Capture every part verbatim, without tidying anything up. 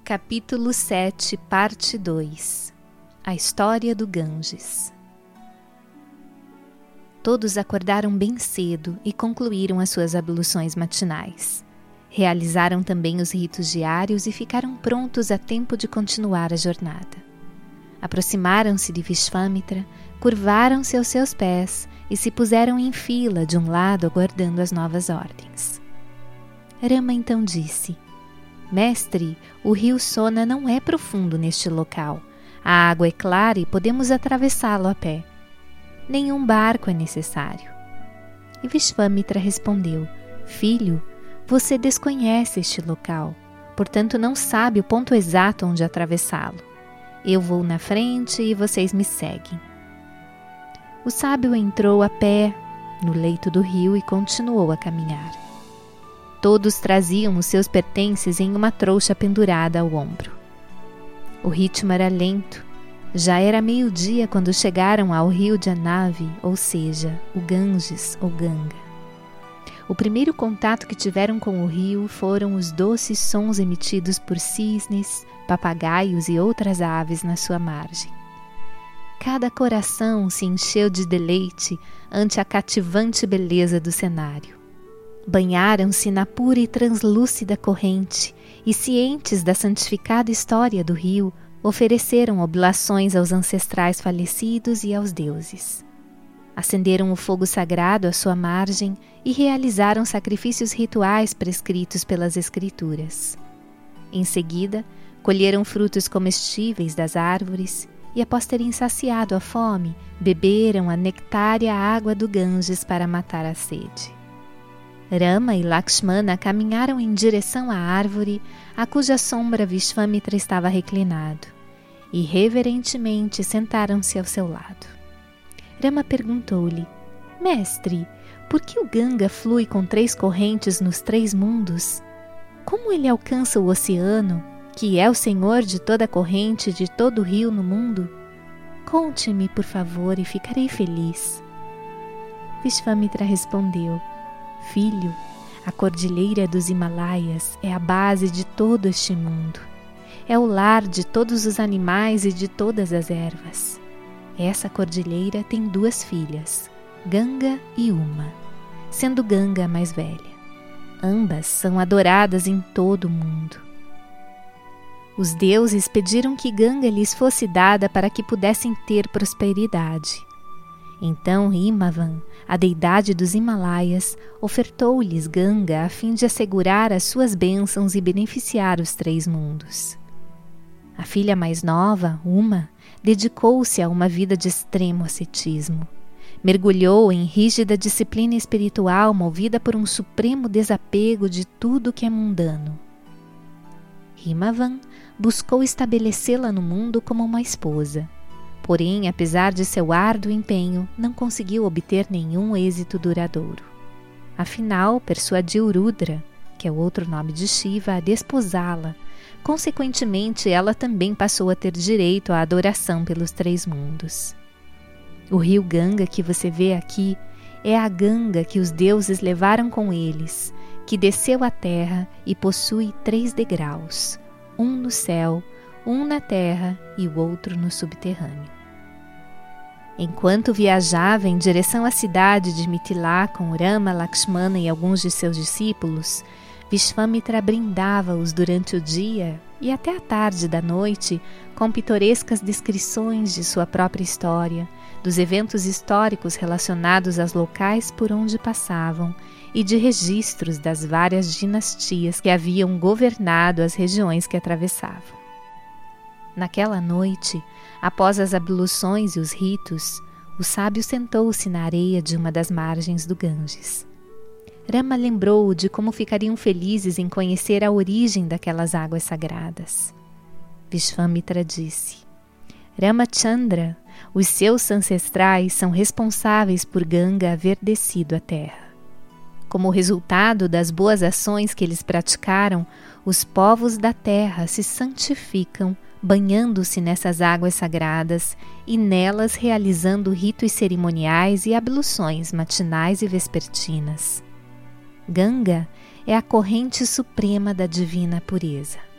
Capítulo sete, Parte dois. A História do Ganges. Todos acordaram bem cedo e concluíram as suas abluções matinais. Realizaram também os ritos diários e ficaram prontos a tempo de continuar a jornada. Aproximaram-se de Vishvamitra, curvaram-se aos seus pés e se puseram em fila de um lado aguardando as novas ordens. Rama então disse: Mestre, o rio Sona não é profundo neste local. A água é clara e podemos atravessá-lo a pé. Nenhum barco é necessário. E Vishvamitra respondeu: Filho, você desconhece este local, portanto não sabe o ponto exato onde atravessá-lo. Eu vou na frente e vocês me seguem. O sábio entrou a pé no leito do rio e continuou a caminhar. Todos traziam os seus pertences em uma trouxa pendurada ao ombro. O ritmo era lento. Já era meio-dia quando chegaram ao rio Janavi, ou seja, o Ganges ou Ganga. O primeiro contato que tiveram com o rio foram os doces sons emitidos por cisnes, papagaios e outras aves na sua margem. Cada coração se encheu de deleite ante a cativante beleza do cenário. Banharam-se na pura e translúcida corrente e, cientes da santificada história do rio, ofereceram oblações aos ancestrais falecidos e aos deuses. Acenderam o fogo sagrado à sua margem e realizaram sacrifícios rituais prescritos pelas escrituras. Em seguida, colheram frutos comestíveis das árvores e, após terem saciado a fome, beberam a nectária água do Ganges para matar a sede. Rama e Lakshmana caminharam em direção à árvore a cuja sombra Vishvamitra estava reclinado e reverentemente sentaram-se ao seu lado. Rama perguntou-lhe: Mestre, por que o Ganga flui com três correntes nos três mundos? Como ele alcança o oceano, que é o senhor de toda a corrente e de todo o rio no mundo? Conte-me, por favor, e ficarei feliz. Vishvamitra respondeu: Filho, a cordilheira dos Himalaias é a base de todo este mundo. É o lar de todos os animais e de todas as ervas. Essa cordilheira tem duas filhas, Ganga e Uma, sendo Ganga a mais velha. Ambas são adoradas em todo o mundo. Os deuses pediram que Ganga lhes fosse dada para que pudessem ter prosperidade. Então Himavan, a deidade dos Himalaias, ofertou-lhes Ganga a fim de assegurar as suas bênçãos e beneficiar os três mundos. A filha mais nova, Uma, dedicou-se a uma vida de extremo ascetismo. Mergulhou em rígida disciplina espiritual movida por um supremo desapego de tudo que é mundano. Himavan buscou estabelecê-la no mundo como uma esposa. Porém, apesar de seu árduo empenho, não conseguiu obter nenhum êxito duradouro. Afinal, persuadiu Rudra, que é o outro nome de Shiva, a desposá-la. Consequentemente, ela também passou a ter direito à adoração pelos três mundos. O rio Ganga que você vê aqui é a Ganga que os deuses levaram com eles, que desceu à terra e possui três degraus, um no céu, um na terra e o outro no subterrâneo. Enquanto viajava em direção à cidade de Mithila com Rama, Lakshmana e alguns de seus discípulos, Vishvamitra brindava-os durante o dia e até a tarde da noite com pitorescas descrições de sua própria história, dos eventos históricos relacionados aos locais por onde passavam e de registros das várias dinastias que haviam governado as regiões que atravessavam. Naquela noite, após as abluções e os ritos, o sábio sentou-se na areia de uma das margens do Ganges. Rama lembrou de como ficariam felizes em conhecer a origem daquelas águas sagradas. Vishvamitra disse: Ramachandra, os seus ancestrais são responsáveis por Ganga haver descido à terra. Como resultado das boas ações que eles praticaram, os povos da terra se santificam, banhando-se nessas águas sagradas e nelas realizando ritos cerimoniais e abluções matinais e vespertinas. Ganga é a corrente suprema da divina pureza.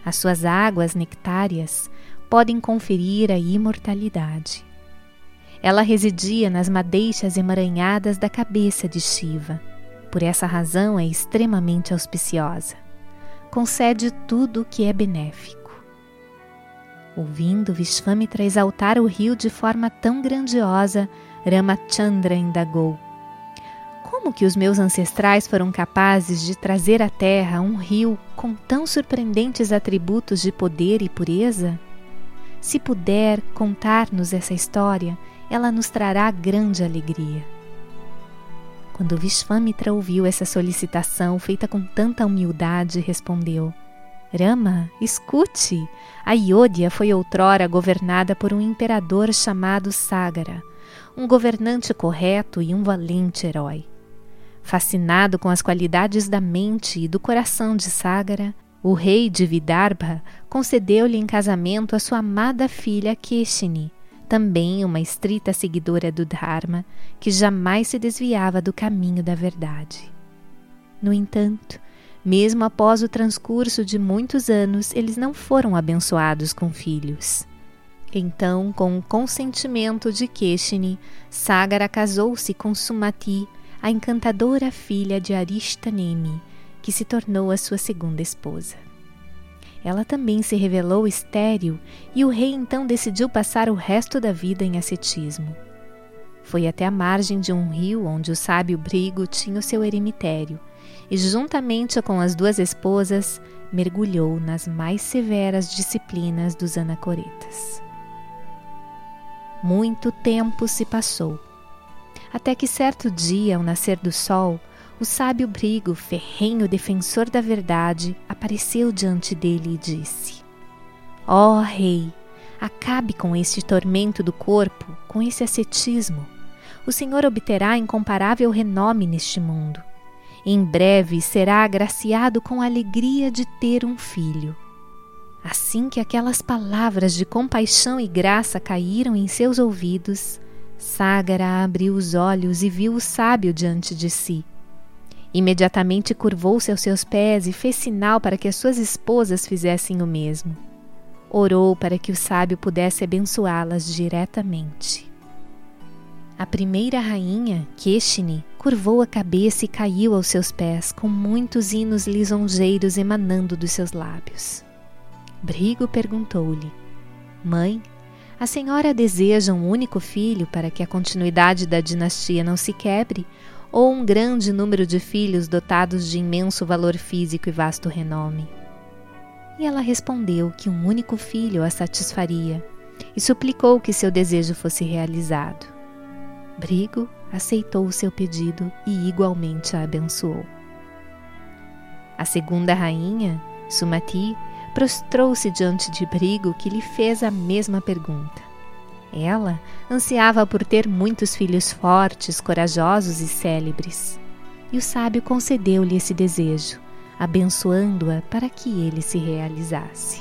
As suas águas nectáreas podem conferir a imortalidade. Ela residia nas madeixas emaranhadas da cabeça de Shiva. Por essa razão é extremamente auspiciosa. Concede tudo o que é benéfico. Ouvindo Vishvamitra exaltar o rio de forma tão grandiosa, Ramachandra indagou: como que os meus ancestrais foram capazes de trazer à terra um rio com tão surpreendentes atributos de poder e pureza? Se puder contar-nos essa história, ela nos trará grande alegria. Quando Vishvamitra ouviu essa solicitação feita com tanta humildade, respondeu: Rama, escute! A Ayodhya foi outrora governada por um imperador chamado Sagara, um governante correto e um valente herói. Fascinado com as qualidades da mente e do coração de Sagara, o rei de Vidarbha concedeu-lhe em casamento a sua amada filha Keshini, também uma estrita seguidora do Dharma, que jamais se desviava do caminho da verdade. No entanto, mesmo após o transcurso de muitos anos, eles não foram abençoados com filhos. Então, com o consentimento de Keshini, Sagara casou-se com Sumati, a encantadora filha de Arishtanemi, que se tornou a sua segunda esposa. Ela também se revelou estéril e o rei então decidiu passar o resto da vida em ascetismo. Foi até a margem de um rio onde o sábio Brigo tinha o seu eremitério e, juntamente com as duas esposas, mergulhou nas mais severas disciplinas dos anacoretas. Muito tempo se passou, até que certo dia, ao nascer do sol, o sábio Brigo, ferrenho defensor da verdade, apareceu diante dele e disse: Ó rei, acabe com este tormento do corpo, com esse ascetismo. O Senhor obterá incomparável renome neste mundo. Em breve será agraciado com a alegria de ter um filho. Assim que aquelas palavras de compaixão e graça caíram em seus ouvidos, Sagara abriu os olhos e viu o sábio diante de si. Imediatamente curvou-se aos seus pés e fez sinal para que as suas esposas fizessem o mesmo. Orou para que o sábio pudesse abençoá-las diretamente. A primeira rainha, Keshini, curvou a cabeça e caiu aos seus pés, com muitos hinos lisonjeiros emanando dos seus lábios. Brigo perguntou-lhe: Mãe, a senhora deseja um único filho para que a continuidade da dinastia não se quebre, ou um grande número de filhos dotados de imenso valor físico e vasto renome? E ela respondeu que um único filho a satisfaria e suplicou que seu desejo fosse realizado. Brigo aceitou o seu pedido e igualmente a abençoou. A segunda rainha, Sumati, prostrou-se diante de Brigo, que lhe fez a mesma pergunta. Ela ansiava por ter muitos filhos fortes, corajosos e célebres, e o sábio concedeu-lhe esse desejo, abençoando-a para que ele se realizasse.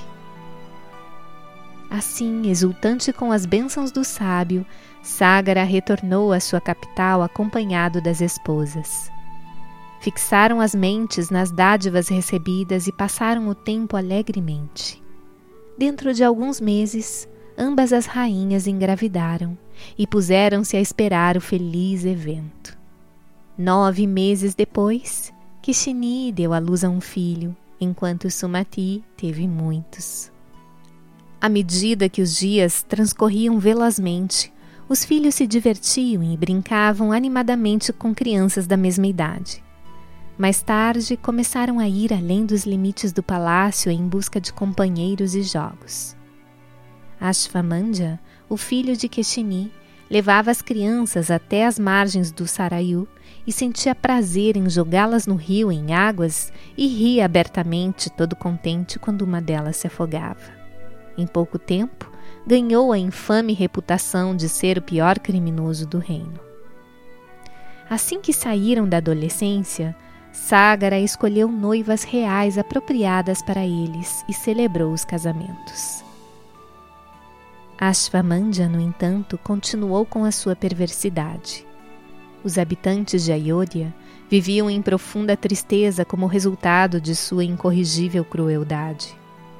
Assim, exultante com as bênçãos do sábio, Sagara retornou à sua capital acompanhado das esposas. Fixaram as mentes nas dádivas recebidas e passaram o tempo alegremente. Dentro de alguns meses, ambas as rainhas engravidaram e puseram-se a esperar o feliz evento. Nove meses depois, Keshini deu à luz a um filho, enquanto Sumati teve muitos. À medida que os dias transcorriam velozmente, os filhos se divertiam e brincavam animadamente com crianças da mesma idade. Mais tarde, começaram a ir além dos limites do palácio em busca de companheiros e jogos. Ashvamandya, o filho de Keshini, levava as crianças até as margens do Sarayu e sentia prazer em jogá-las no rio em águas e ria abertamente, todo contente, quando uma delas se afogava. Em pouco tempo, ganhou a infame reputação de ser o pior criminoso do reino. Assim que saíram da adolescência, Sagara escolheu noivas reais apropriadas para eles e celebrou os casamentos. Ashvamandya, no entanto, continuou com a sua perversidade. Os habitantes de Ayodhya viviam em profunda tristeza como resultado de sua incorrigível crueldade.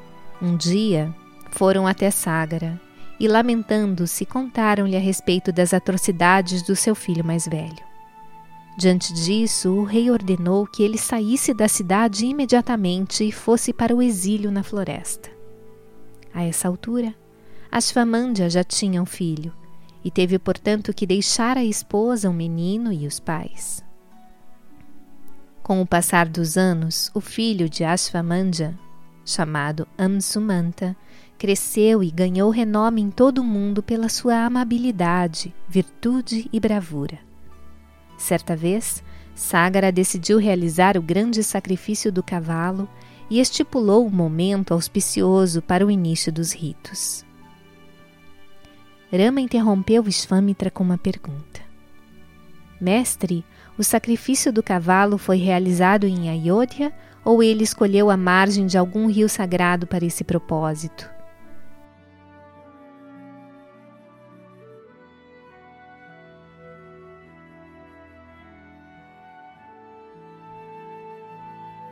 Um dia, foram até Sagara e, lamentando-se, contaram-lhe a respeito das atrocidades do seu filho mais velho. Diante disso, o rei ordenou que ele saísse da cidade imediatamente e fosse para o exílio na floresta. A essa altura, Ashvamandya já tinha um filho e teve, portanto, que deixar a esposa, o menino e os pais. Com o passar dos anos, o filho de Ashvamandya, chamado Amsumanta, cresceu e ganhou renome em todo o mundo pela sua amabilidade, virtude e bravura. Certa vez, Sagara decidiu realizar o grande sacrifício do cavalo e estipulou o momento auspicioso para o início dos ritos. Rama interrompeu Vishvamitra com uma pergunta. Mestre, o sacrifício do cavalo foi realizado em Ayodhya ou ele escolheu a margem de algum rio sagrado para esse propósito?